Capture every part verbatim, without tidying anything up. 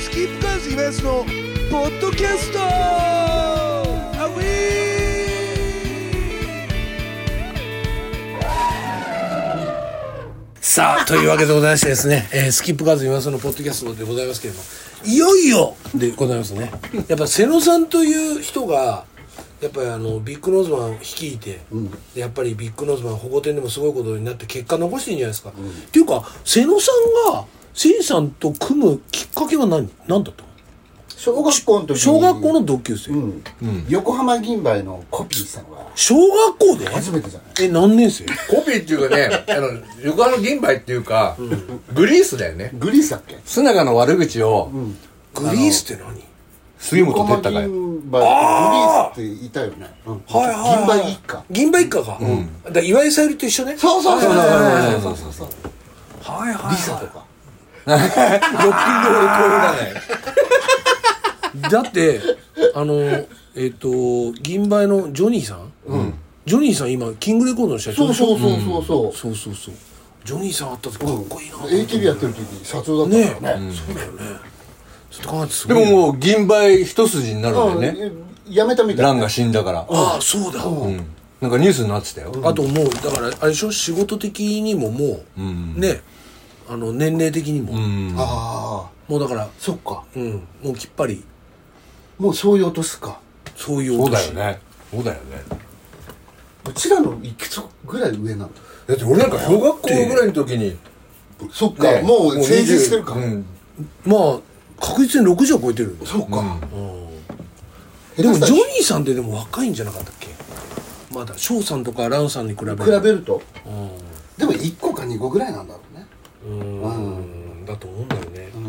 スキップカーズイベントのポッドキャストアウィー。さあというわけでございましてですね、えー、スキップカーズイベントのポッドキャストでございますけれども、いよいよでございますね。やっぱ瀬野さんという人がやっぱりあのビッグノーズマン率いて、うん、でやっぱりビッグノーズマン保護店でもすごいことになって結果残してるんじゃないですか、うん、っていうか瀬野さんがせいさんと組むきっかけは何何だったの？ 小学校の時に小学校の同級生、 うんうん、横浜銀杯のコピーしたのが小学校で初めてじゃない？ え何年生？ コピーっていうかねあの横浜銀杯っていうか、うん、グリースだよね。 グリースだっけ？ 須永の悪口を、 うん、グリースって何？ 杉本哲太が銀杯グリースっていたよね、うん、はいはいはい、銀杯一家銀杯一家か、うん、だから岩井さゆりと一緒ね。 そうそうそうそうそうそうそうはいはいはい、 リサとかロックンロールコールだねだってあのえっ、ー、と銀杯のジョニーさん、うん、ジョニーさん今キングレコードの社長でしょ。 そうそうそうそうそう、 うん、そうそうそうジョニーさんあった時かっこいいな、うん、 エーティービー やってる時社長だったからね、 ね、うん、そうだよね。ちょっと考えてすごい。でももう銀杯一筋になるんだよね。 やめたみたいな。 ランが死んだから。 ああそうだ、 うん、なんかニュースになってたよ、うん、 あともうだからあれでしょ、仕事的にももう、うん、ねあの年齢的にも、うん、ああもうだからそっか、 うん、もうきっぱりもうそういう年か。 そういう年。 そうだよねそうだよね。 うちらのいくつぐらい上なんだ。 だって俺なんか小学校ぐらいの時にそっか、ね、もう成人してるか、うん、 まあ確実にろくじゅうは超えてる。 そっか、 うんうん、でもジョニーさんってでも若いんじゃなかったっけ？まだ翔さんとかランさんに比べると比べると、うん、でもいっこかにこぐらいなんだろうね。 うーん、うん、だと思うんだよね、うん、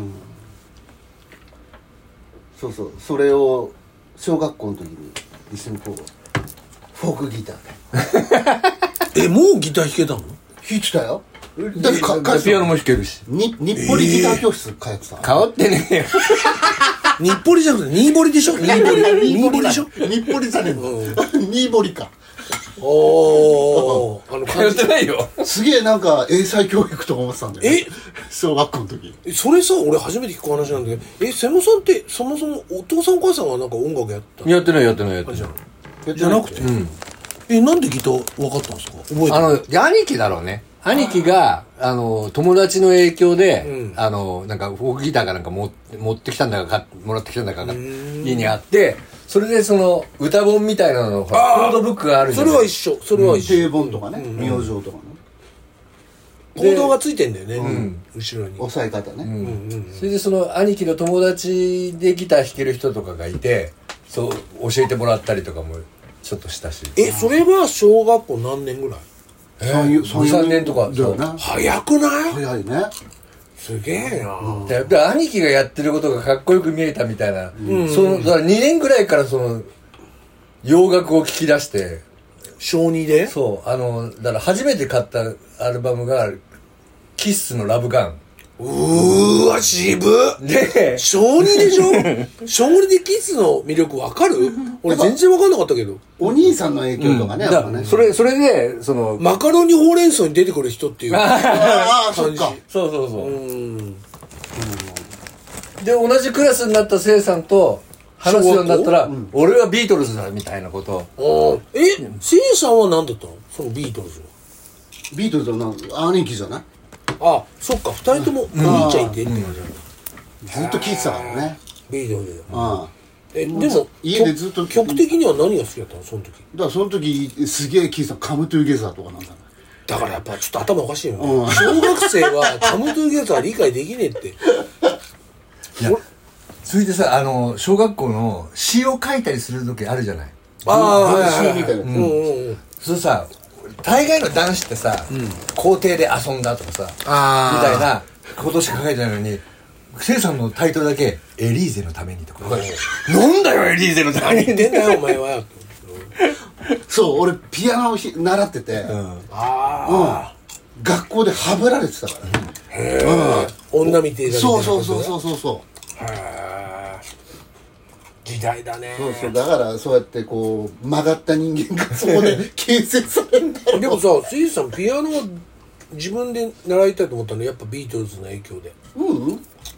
そうそう、それを小学校の時に一緒にこうフォークギターでえ、もうギター弾けたの？ 弾いてたよ。 だってかかピアノも弾けるし、 に日暮里ギター教室通ってた。 変わってねえよ日暮里じゃなくて新堀でしょ。新堀新堀でしょ。 日暮里じゃねえの新堀か。 おー、あの通ってないよ。 すげえなんか英才教育とか思ってたんだよね。え小学校の時。 それさ、俺初めて聞く話なんだけど、え、瀬野さんってそもそもお父さんお母さんがなんか音楽やったやってないやってないやってないじゃなくて、うん、え、なんでギター分かったんですか？覚えてる？ あの兄貴だろうね。兄貴があの友達の影響で、うん、あのなんかフォークギターかなんか持って持ってきたんだかもらってきたんだかが家にあって、それでその歌本みたいなのコードブックがあるじゃん。 それは一緒。それは一緒。 定本とかね、明星とかね。 コードがついてんだよね、うん、後ろに押さえ方ね、うんうんうん、それでその兄貴の友達でギター弾ける人とかがいて、そう教えてもらったりとかもちょっとしたし。 え、それは小学校何年ぐらい？ えー、にさんねんとか。 そうね。 早くない？ 早いね。 すげえな、 うん、でで兄貴がやってることがかっこよく見えたみたいな、うん、そのだからにねんぐらいからその洋楽を聴き出して小にでそうあのだから初めて買ったアルバムがキッスのラブガン。 うーわ渋っで小にでしょ小にでキスの魅力わかる？俺全然わかんなかったけど。 お兄さんの影響とかね、うん、やっぱね。 それそれでそのマカロニほうれん草に出てくる人っていうああそっかそうそうそう、うん、で同じクラスになったせいさんと話すようになったら、うん、俺はビートルズだみたいなことを。えせいさんは何だったの？そのビートルズは。 ビートルズは何兄貴じゃない？ あ、そっか、二人ともお兄ちゃんいてって感じなんだ、 うん、ずっと聴いてたからねビートルズ。 ああえ、でも家でずっと曲的には何が好きだったのその時？ だからその時すげえ聴いてたカムトゥーゲザーとかなんだ。 だからやっぱちょっと頭おかしいよね、うん、小学生はカムトゥーゲザー理解できねえっていやそれでさ、あの小学校の詩を書いたりする時あるじゃない。 ああ、詩みたいな、うんうんうん、それさ大概の男子ってさ、うん、校庭で遊んだとかさあみたいなことしか書いてないのに、せいさんのタイトルだけエリーゼのためにとか、なんだよエリーゼのために何言ってんだよお前はそう俺ピアノを習ってて、うん、あ、うん、学校でハブられてたから、ね、 へえ、うん、女みてえだみたいな。 そうそうそうそうそうそう、 へえ、時代だね。 そうそう、だからそうやってこう曲がった人間がそこで形成されるんだろう。 でもさ、せいさんピアノは自分で習いたいと思ったのやっぱビートルズの影響で。 うん、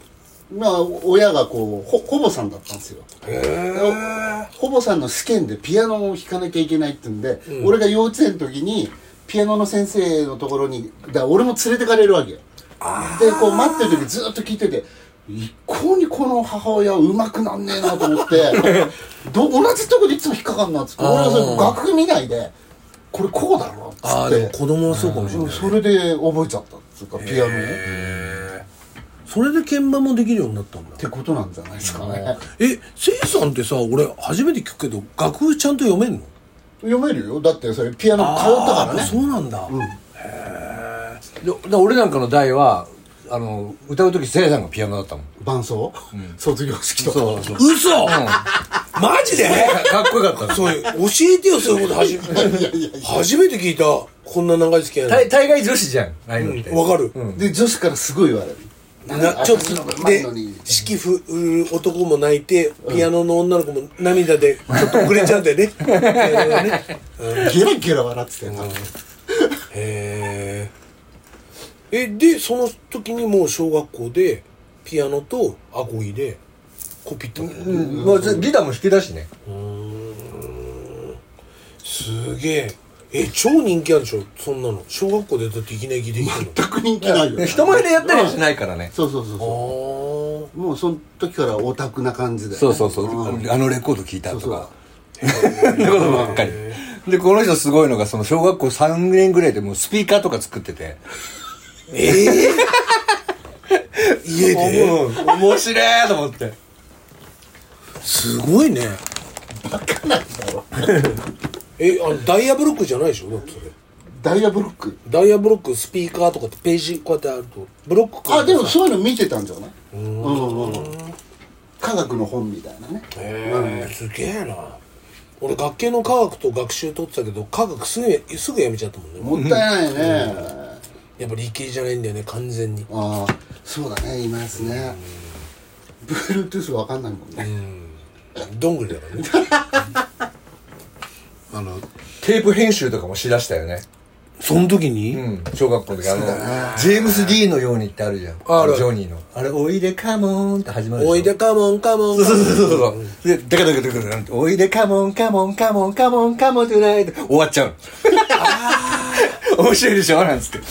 まあ親がこうほ保母さんだったんですよ。 へえ。 保母さんの試験でピアノを弾かなきゃいけないって言うんで、うん、俺が幼稚園の時にピアノの先生のところにだから俺も連れてかれるわけよ。でこう待ってる時ずっと聞いてて一向にこの母親は上手くなんねえなと思ってど同じとこでいつも引っかかんなっつって俺はそれ楽譜見ないでこれこうだろっつって。ああでも子供はそうかもしれない、ね、それで覚えちゃったっつうかピアノを。 それで鍵盤もできるようになったんだってことなんじゃないですかね。 え、せいさんってさ、俺初めて聞くけど楽譜ちゃんと読めんの？ 読めるよ。だってそれピアノ通ったからね。 そうなんだ、うん、へえ。で俺なんかの代はあの歌う時せいさんがピアノだったもん。 伴奏、うん、卒業式とか。 そうそう嘘、うん、マジでかっこよかった。 そう教えてよそういうこと初め初めて聞いた。こんな長い付き合い大大概女子じゃんああいうのってわ、うん、かる、 うん、で女子からすごい言われるなちょっとで式ふ男も泣いてピアノの女の子も涙でちょっと遅れちゃうんだよね。ピアノがね、 うん、ゲラゲラ笑ってたよ、うん、へえ。えでその時にもう小学校でピアノとアコギでコピったの、 うんまあ、ギターも弾きだしね。 うーんすげえ。え超人気あるでしょそんなの。小学校でだっていきなりできるの全く人気ないよ、ね、 人前でやったりはしないからね。 そうそうそうそうもうその時からオタクな感じで、ね、 そうそうそう、うん、あのレコード聞いたとかってことばっかりでこの人すごいのがその小学校さんねんぐらいでもうスピーカーとか作っててええー、家で面白いと思ってすごいね。 バカなんだろえあのダイヤブロックじゃないでしょだってそれ。 ダイヤブロックダイヤブロックスピーカーとかってページこうやってあるとブロックあでもそういうの見てたんじゃない。うんうんうん科学の本みたいなね。 へえ、うん、すげえな。俺学系の科学と学習取ってたけど科学すぐすぐやめちゃったもんね。 もったいないね、うん、 やっぱ理系じゃないんだよね完全に。 ああそうだね今ですね、うん、Bluetooth わかんないもんね。 うんどんぐりだからねあのテープ編集とかもしだしたよねその時に。 うん小学校の時あのジェームス・ディーンのようにってあるじゃん。あジョニーのあれおいでカモンって始まるでしょ。 おいでカモンカモンそうそうそうそうでデカデカデカデカおいでカモンカモンカモンカモンカモンってないで終わっちゃうあ面白いでしょなんつって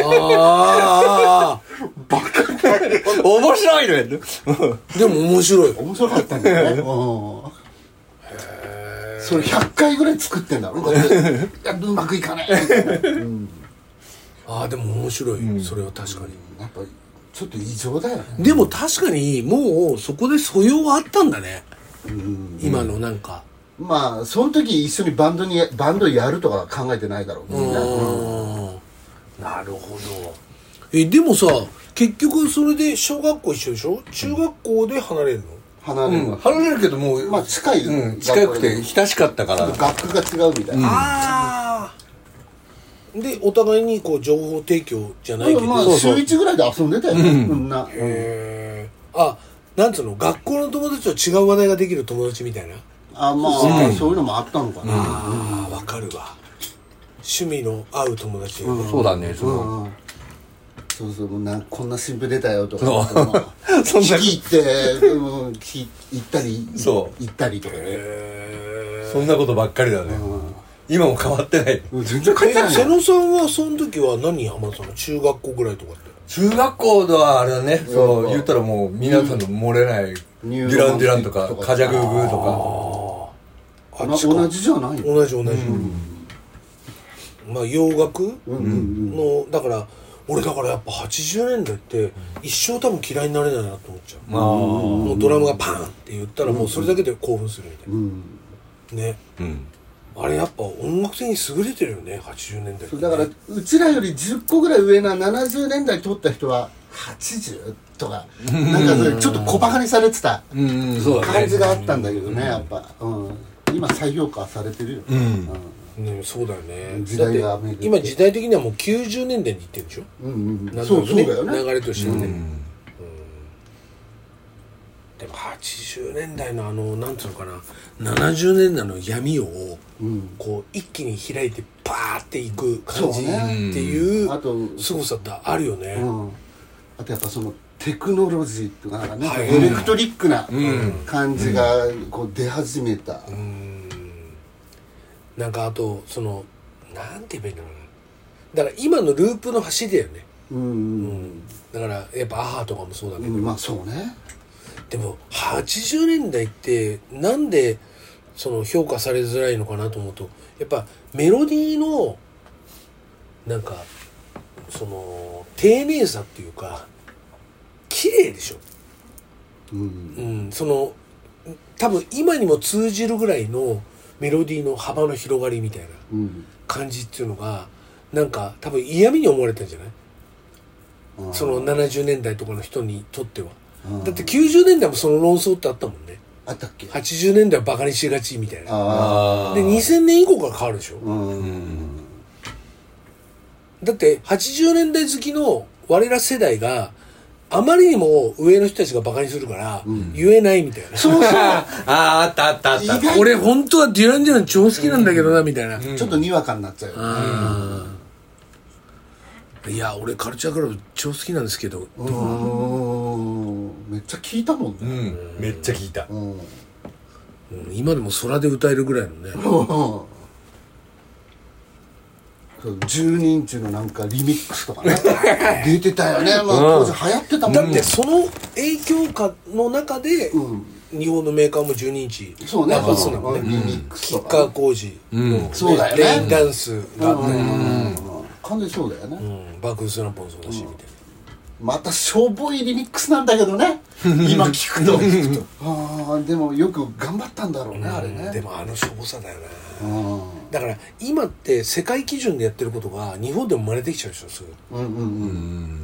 ああバカだよ面白いのやでも面白い面白かったんだよねうんそれひゃっかいぐらい作ってんだろだってうまくいかない、うん、 ああでも面白い、うん、それは確かに、 うん、やっぱちょっと異常だよね。 でも確かにもうそこで素養はあったんだね、うん、今のなんかまあその時一緒にバンドにバンドやるとか考えてないだろうね。うんなるほど。えでもさ結局それで小学校一緒でしょ中学校で離れるの。 離れる、 うん、離れるけどもうまあ近い、 うん、近くて親しかったから学区が違うみたいな、うん、 ああでお互いにこう情報提供じゃないけど、 まあ週いちぐらいで遊んでたよね、うん、そんな。へえあなんつうの学校の友達と違う話題ができる友達みたいな。 あまあ、うん、そういうのもあったのかな。 ああわかるわ趣味の合う友達、 うん、そうだねそう、うん、 そうそうなこんな新聞出たよとかそんな聞いて、うん、行ったりそう行ったりとかねそんなことばっかりだね、うん、今も変わってない、 うん、全然変わってない。 瀬野さんはその時は何にハマってたの中学校ぐらいとかって。 中学校ではあれだねそう言ったらもう皆さんの漏れないデュランデュランとかカジャグーグーとかあ同じじゃない同じ同じ、うん、まあ洋楽のだから俺だからやっぱはちじゅうねんだいって一生多分嫌いになれないなと思っちゃう。もうドラムがパーンって言ったらもうそれだけで興奮するみたいな、うんうん、ね、うん、あれやっぱ音楽的に優れてるよねはちじゅうねんだいって、ね、 だからうちらよりじゅっこぐらい上なななじゅうねんだい撮った人ははちじゅうとかなんかちょっと小バカにされてた感じがあったんだけどねやっぱ、うん、今再評価されてるよね、うんね、そうだよね。 時代がだって今時代的にはもうきゅうじゅうねんだいに行ってるでしょ、うんうん、なんだろうね、そうそうだよね流れとしてはね、うんうん、でもはちじゅうねんだいのあのなんつうのかなななじゅうねんだいの闇をこう一気に開いてパーっていく感じっていうすごさってあるよね、うん、 あとやっぱそのテクノロジーっていうかなんかね、 はいエレクトリックな感じがこう出始めた、 うん、なんかあとそのなんて言えばいいんだろうな、だから今のループの走りだよね、 うんうんうん、 だからやっぱアハとかもそうだけど、 うん、まあそうね。 でもはちじゅうねんだいってなんでその評価されづらいのかなと思うと、やっぱメロディーのなんかその丁寧さっていうか綺麗でしょ、 うん、 うん、その多分今にも通じるぐらいのメロディーの幅の広がりみたいな感じっていうのがなんか多分嫌味に思われたんじゃない、うん、そのななじゅうねんだいとかの人にとっては、うん、だってきゅうじゅうねんだいもその論争ってあったもんね。 あったっけ。 はちじゅうねんだいはバカにしがちみたいな。あでにせんねん以降から変わるでしょ、うん、だってはちじゅうねんだい好きの我ら世代があまりにも上の人たちがバカにするから言えないみたいな、うん、 そうそうあああったあったあった、 俺本当はデュラン・デュラン超好きなんだけどなみたいな、うん、 ちょっとにわかになっちゃうよね、 うん、いや俺カルチャークラブ超好きなんですけど、 うんめっちゃ聞いたもんね、うん、 めっちゃ聞いた、うんうん、今でも空で歌えるぐらいのねじゅうにんちのなんかリミックスとかね出てたよね、まあ、当時流行ってたもんね、 だってその影響下の中で、うん、日本のメーカーもじゅうにインチそうね、 そうそう、ね、 リミックスとか、ね、 キッカー工事の、ね、 うん、そうだよね、 レインダンスがあったり、 完全にそうだよね、 うん、バークスランポンそうだし、うん、みたいなまたしょぼいリミックスなんだけどね今聞くと聞くとあでもよく頑張ったんだろうね、うん、あれね。 でもあのしょぼさだよね、だから今って世界基準でやってることが日本でも生まれてきちゃうでしょすぐ、うんうんうん、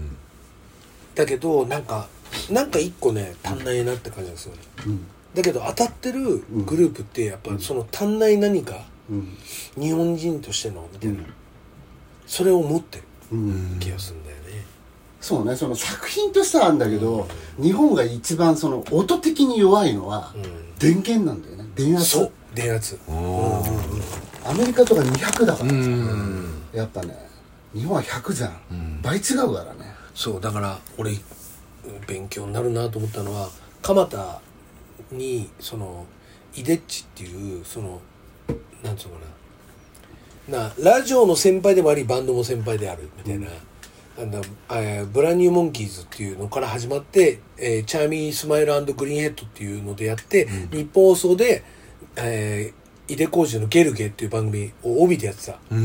だけどなんかなんか一個ね足んないなって感じなんですよね、うん、だけど当たってるグループってやっぱその足んない何か、うん、日本人としてのみたいな、うん、それを持ってる気がするんだよね、 そうね、その作品としてはあるんだけど、うん、日本が一番その音的に弱いのは、うん、電源なんだよね、電圧。 そう電圧、うん、 アメリカとかにひゃくだからさ、うん、やっぱね日本はひゃくじゃん、うん、倍違うからね。 そうだから俺勉強になるなと思ったのは蒲田にそのイデッチっていうそのなんつうのかななラジオの先輩でもありバンドも先輩であるみたいな、うん、あのえー、ブランニューモンキーズっていうのから始まって、えー、チャーミースマイル&グリーンヘッドっていうのでやって、うん、日本放送で、えー、井出浩二のゲルゲっていう番組を帯でやってた、うん、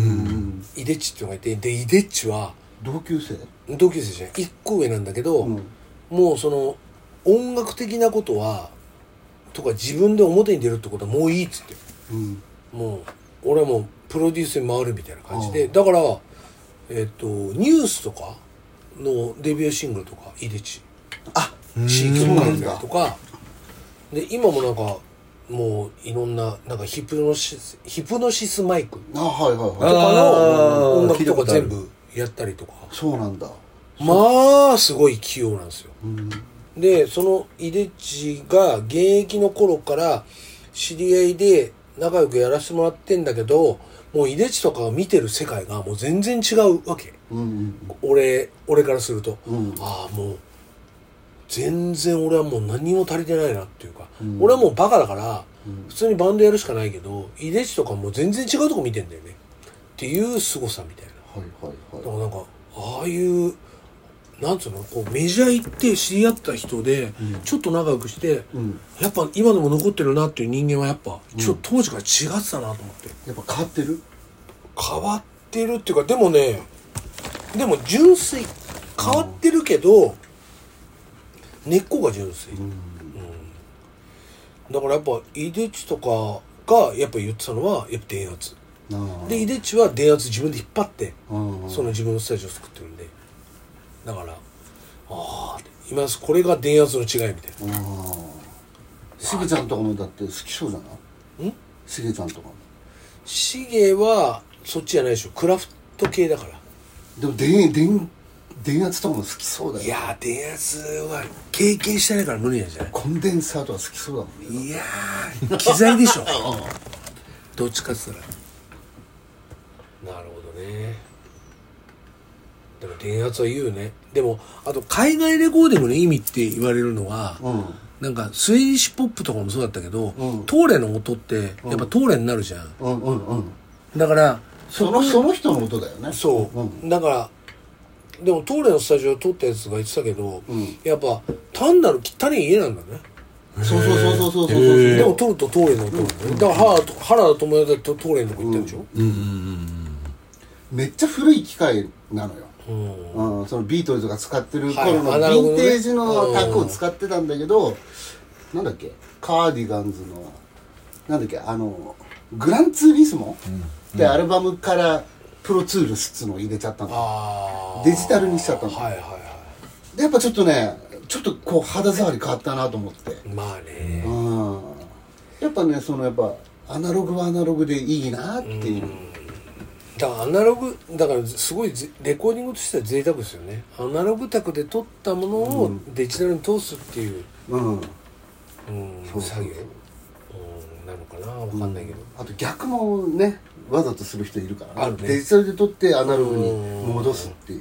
イデッチっていうのがいて、でイデッチは同級生同級生じゃないいっこ上なんだけど、うん、もうその音楽的なことはとか自分で表に出るってことはもういいっつって、うん、もう俺はもうプロデュースに回るみたいな感じで、だからえっとニュースとかのデビューシングルとかイデチあシー曲書いたりとかで、今もなんかもういろんななんかヒプノシスヒプノシスマイクとかの音楽とか全部やったりとか。 そうなんだ。 まあすごい器用なんですよ、うん、でそのイデチが現役の頃から知り合いで仲良くやらせてもらってんだけど、もうイデチとかを見てる世界がもう全然違うわけ、うんうん、俺俺からすると、うん、ああもう全然俺はもう何も足りてないなっていうか、うん、俺はもうバカだから、うん、普通にバンドやるしかないけどイデチとかもう全然違うとこ見てんだよねっていう凄さみたいな、はいはいはい、だからなんかああいうなんつうのこうメジャー行って知り合った人で、うん、ちょっと仲良くして、うん、やっぱ今でも残ってるなっていう人間はやっぱ、うん、ちょっと当時から違ってたなと思って。 やっぱ変わってる変わってるっていうか、でもねでも純粋変わってるけど、うん、根っこが純粋、うんうん、だからやっぱイデチとかがやっぱ言ってたのはやっぱ電圧で、イデチは電圧自分で引っ張ってその自分のスタジオを作ってるんで、だからああ今これが電圧の違いみたいな。 しげちゃんとかもだって好きそうじゃない？ん？しげちゃんとかも。 しげはそっちじゃないでしょ、クラフト系だから。 でも電電電圧とかも好きそうだよ、ね。 いや電圧は経験してないから無理なんじゃない？ コンデンサーとか好きそうだもんね。 いやー機材でしょどっちかっつったら。なるほどね。 でも電圧は言うね。でもあと海外レコーディングの意味って言われるのは、うん、なんかスウェディッシュポップとかもそうだったけど、うん、トーレの音ってやっぱトーレになるじゃん、うんうんうん、だからそのその人の音だよね。 そう、うん、だからでもトーレのスタジオを撮ったやつが言ってたけど、うん、やっぱ単なる汚い家なんだね。 そうそうそうそうそうそう。 でも撮るとトーレの音なんだね、うん、だから原田原田知世だとトーレのとこ行ったんでしょ、うんうんうん、 めっちゃ古い機械なのよ、うんうん、そのビートルズが使ってる頃のヴィンテージのタクを使ってたんだけど、なんだっけカーディガンズのなんだっけあのグランツーリスモ、うん、でアルバムからプロツールスっつうのを入れちゃったの、デジタルにしちゃったの、はいはいはい、でやっぱちょっとねちょっとこう肌触り変わったなと思って。 まあね、 うん、やっぱねそのやっぱアナログはアナログでいいなっていう、うん、 だからアナログだからすごいレコーディングとしては贅沢ですよね。アナログ卓で撮ったものをデジタルに通すっていう、うんうん、そう作業、うん、なのかな分かんないけど、 うん、あと逆もねわざとする人いるからね、 ねデジタルで撮ってアナログに戻すっていう。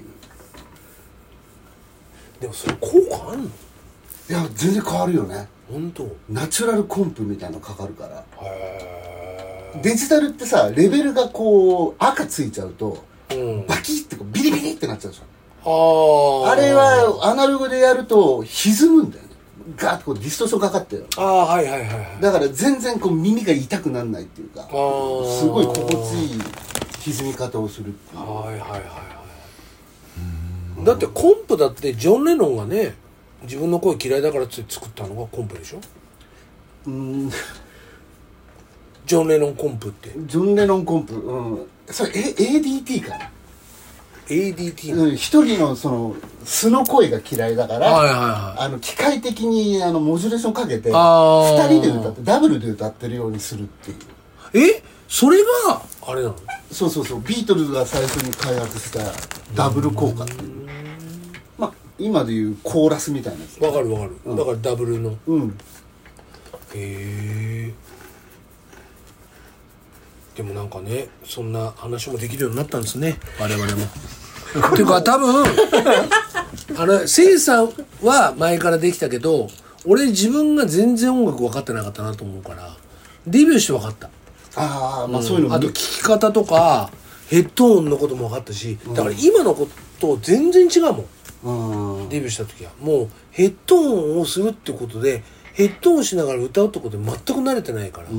でもそれ効果あんの？ いや全然変わるよね。 本当？ ナチュラルコンプみたいなのかかるから。へー。デジタルってさレベルがこう赤ついちゃうと、うん、バキッてこうビリビリってなっちゃうじゃん。ああれはアナログでやると歪むんだよね。ガーッとこうディストーションかかってる。 ああはいはいはいはい。 だから全然こう耳が痛くならないっていうか、すごい心地いい歪み方をするっていう。 はいはいはいはい。だってコンプだってジョン・レノンがね自分の声嫌いだからって作ったのがコンプでしょ。うーんジョン・レノンコンプってジョン・レノンコンプ、うん、それ エーディーティー かな。 エーディーティー、 うん、一人のその素の声が嫌いだから、はいはいはい、あの機械的にあのモジュレーションかけてふたりで歌ってダブルで歌ってるようにするっていう。 えそれがあれなの？ そうそうそう、ビートルズが最初に開発したダブル効果っていう、まあ今でいうコーラスみたいなやつ。 わかるわかる、うん、だからダブルの、うん、へえ。でもなんかねそんな話もできるようになったんですね我々もっていうか多分あのせいさんは前からできたけど俺自分が全然音楽分かってなかったなと思うからデビューして分かった。 ああまあそういうのも、 うん、あと聞き方とかヘッドホンのことも分かったし、だから今のこと全然違うもん、うん、デビューした時はもうヘッドホンをするってことでヘッドホンしながら歌うってことで全く慣れてないから、うん、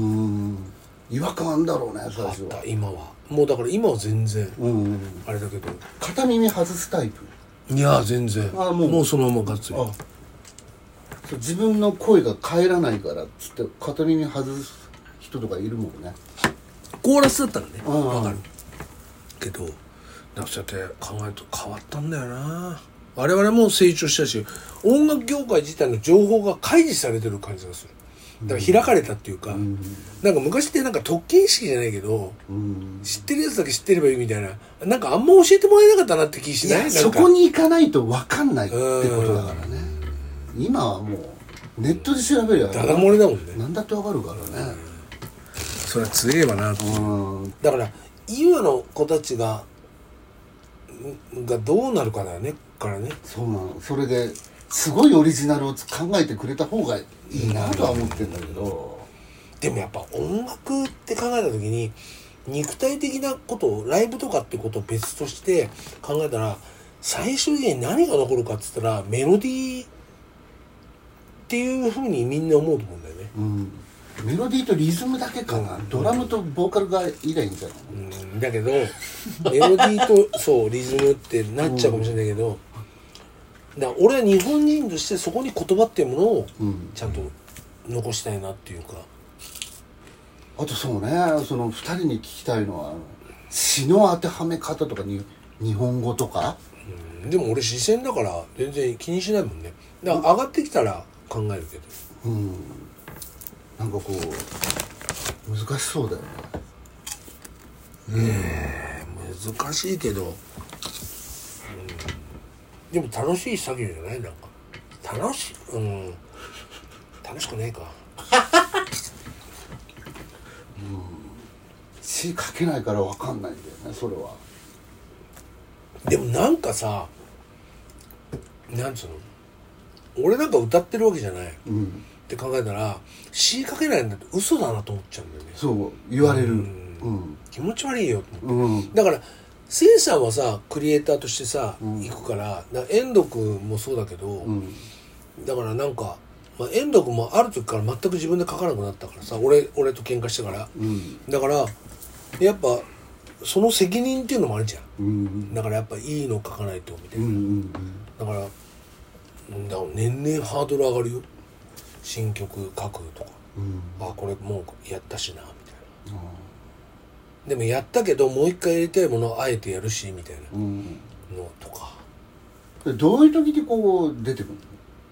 違和感あんだろうね最初は。 今はもうだから今は全然、うんうん、あれだけど片耳外すタイプ。 いや全然あもう、もうそのままガッツリ。あ自分の声が帰らないからっつって片耳外す人とかいるもんね。 コーラスだったらね分かるけどなんかそうやって考えると変わったんだよな。我々も成長したし音楽業界自体の情報が開示されてる感じがする。だから開かれたっていうか、うん、なんか昔ってなんか特権意識じゃないけど、うん、知ってるやつだけ知ってればいいみたいな、なんかあんま教えてもらえなかったなって気しない？いやそこに行かないと分かんないってことだからね。今はもうネットで調べるやダダ漏れだもんね。 何だって分かるからね、 うん、それは強えわなと、うん、だから今の子たちががどうなるかだよねからね。 そうなの。それですごいオリジナルを考えてくれた方がいいなとは思ってるんだけど、 うん、でもやっぱ音楽って考えた時に肉体的なことライブとかってことを別として考えたら最終的に何が残るかっつったらメロディーっていうふうにみんな思うと思うんだよね、うん、 メロディーとリズムだけかな、うん、ドラムとボーカルがいりゃいいんじゃないの、 うん、だけどメロディーとそうリズムってなっちゃうかもしれないけど、うんだから俺は日本人としてそこに言葉っていうものをちゃんと残したいなっていうか、 うん、あとそうねそのふたりに聞きたいのは詩の当てはめ方とかに日本語とか、 うん、でも俺視線だから全然気にしないもんね。だから上がってきたら考えるけど、うん、 なんかこう難しそうだよね。 えー、難しいけどでも楽しい作業じゃないなんか楽しいうん楽しくないかうん詩書けないから分かんないんだよねそれは。 でもなんかさ、なんつうの、俺なんか歌ってるわけじゃない、 うん、 って考えたら詩書けないんだって嘘だなと思っちゃうんだよね。 そう言われる、うんうん、気持ち悪いよと思って、 うん、 だからせいさんはさクリエイターとしてさ、うん、行くからだから遠藤君もそうだけど、うん、だからなんか、まあ、遠藤君もある時から全く自分で書かなくなったからさ、俺俺と喧嘩してから、うん、だからやっぱその責任っていうのもあるじゃん、うん、だからやっぱいいの書かないとみたいな、うんうんうん、だからだから年々ハードル上がるよ、新曲書くとか、うん、あこれもうやったしなみたいな、うん、でもやったけどもう一回やりたいものをあえてやるしみたいなのとか、 うん、どういう時にこう出てくるの？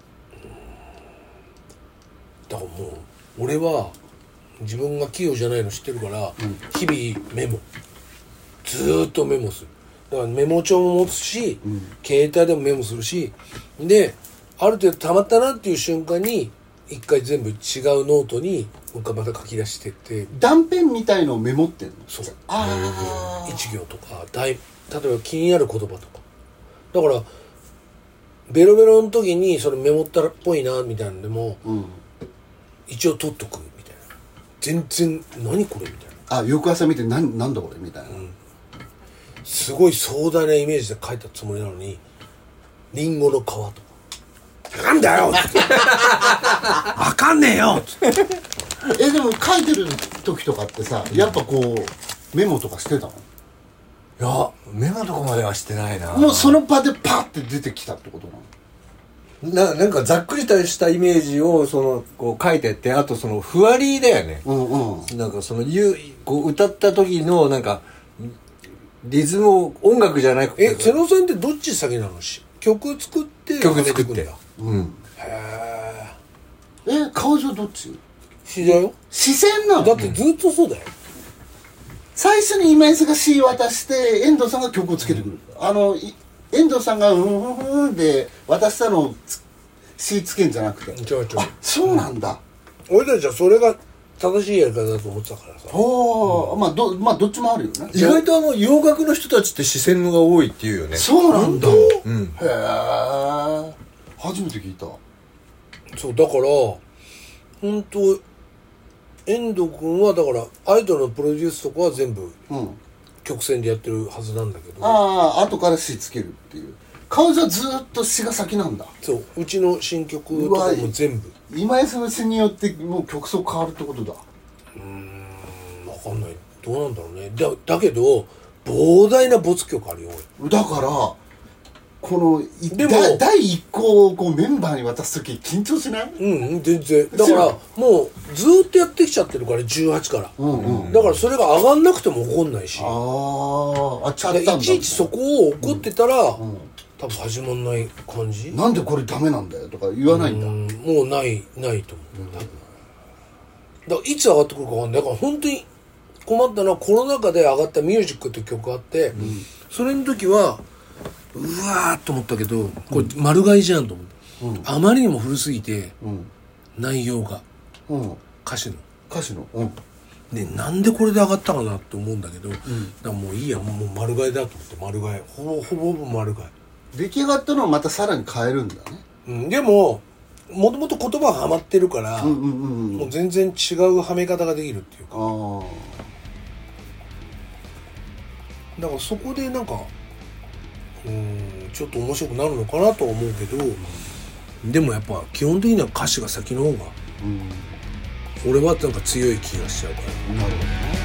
だからもう俺は自分が器用じゃないの知ってるから、うん、日々メモずーっとメモする。だからメモ帳も持つし、うん、携帯でもメモするし、である程度溜まったなっていう瞬間に一回全部違うノートにもう一回また書き出してって、 断片みたいのをメモってんの？ そう、ああ一行とか大例えば気になる言葉とか、だからベロベロの時にそれメモったらっぽいなみたいなのでも、うん、一応取っとくみたいな、全然何これみたいな、 あ翌朝見て何なんだこれみたいな、うん、 すごい壮大なイメージで書いたつもりなのにリンゴの皮とかなんだよわかんねえよえでも書いてる時とかってさ、やっぱこうメモとかしてたの？ いやメモとかまではしてないな。 もうその場でパッて出てきたってことなの？な, なんかざっくりとしたイメージをそのこう書いてって、あとそのふわりだよね、うんうん、なんかそのゆこう歌った時のなんかリズムを音楽じゃなくて、 え瀬野さんってどっち先なの？し曲作って曲作ってうん、 へえ。え顔上どっち？ 詩だよ。 視線なの？ だってずっとそうだよ。 最初に今井さんが詩渡して遠藤さんが曲をつけてくる、うん、あの遠藤さんがうんうんうんで渡したのを詩つけんじゃなくて、 違う違う、 あそうなんだ、 うん、俺たちはそれが正しいやり方だと思ってたからさ。 おー、うん、まあどまあどっちもあるよね。 意外とあの洋楽の人たちって視線のが多いっていうよね。 そうなんだ、 うん、へえ初めて聞いた。 そうだから本当遠藤君はだからアイドルのプロデュースとかは全部曲線でやってるはずなんだけど、 ああ後から詩つけるっていう。顔じゃずっと詩が先なんだ。 そううちの新曲とかも全部今井さんの詩によってもう曲奏変わるってことだ。 うーん分かんない、どうなんだろうね。だ, だけど膨大な没曲あるよ俺。 だからこのでもだ第一項をこうメンバーに渡す時緊張しない？ うん全然。だからもうずーっとやってきちゃってるからじゅうはちから、うんうん、だからそれが上がんなくても怒んないし、ああちゃったんだいちいちそこを怒ってたら、うんうん、多分始まんない感じ。 なんでこれダメなんだよとか言わないんだ。 うんもうないないと思う、うん、多分だからいつ上がってくるか分かんない。だから本当に困ったのはコロナ禍で上がったミュージックっていう曲があって、うん、それの時はうわーっと思ったけどこれ丸買いじゃんと思って、うん、あまりにも古すぎて、うん、内容が、うん、歌詞の歌詞の、うん、 ね、なんでこれで上がったかなって思うんだけど、うん、だからもういいやもう丸買いだと思って丸買いほぼほぼほぼ丸買い。 出来上がったのをまたさらに変えるんだね、 うん、でももともと言葉がはまってるから、うんうんうんうん、もう全然違うはめ方ができるっていうか、あだからそこでなんかうんちょっと面白くなるのかなとは思うけど、うん、でもやっぱ基本的には歌詞が先の方が、うん、俺はなんか強い気がしちゃうから。なるほどね。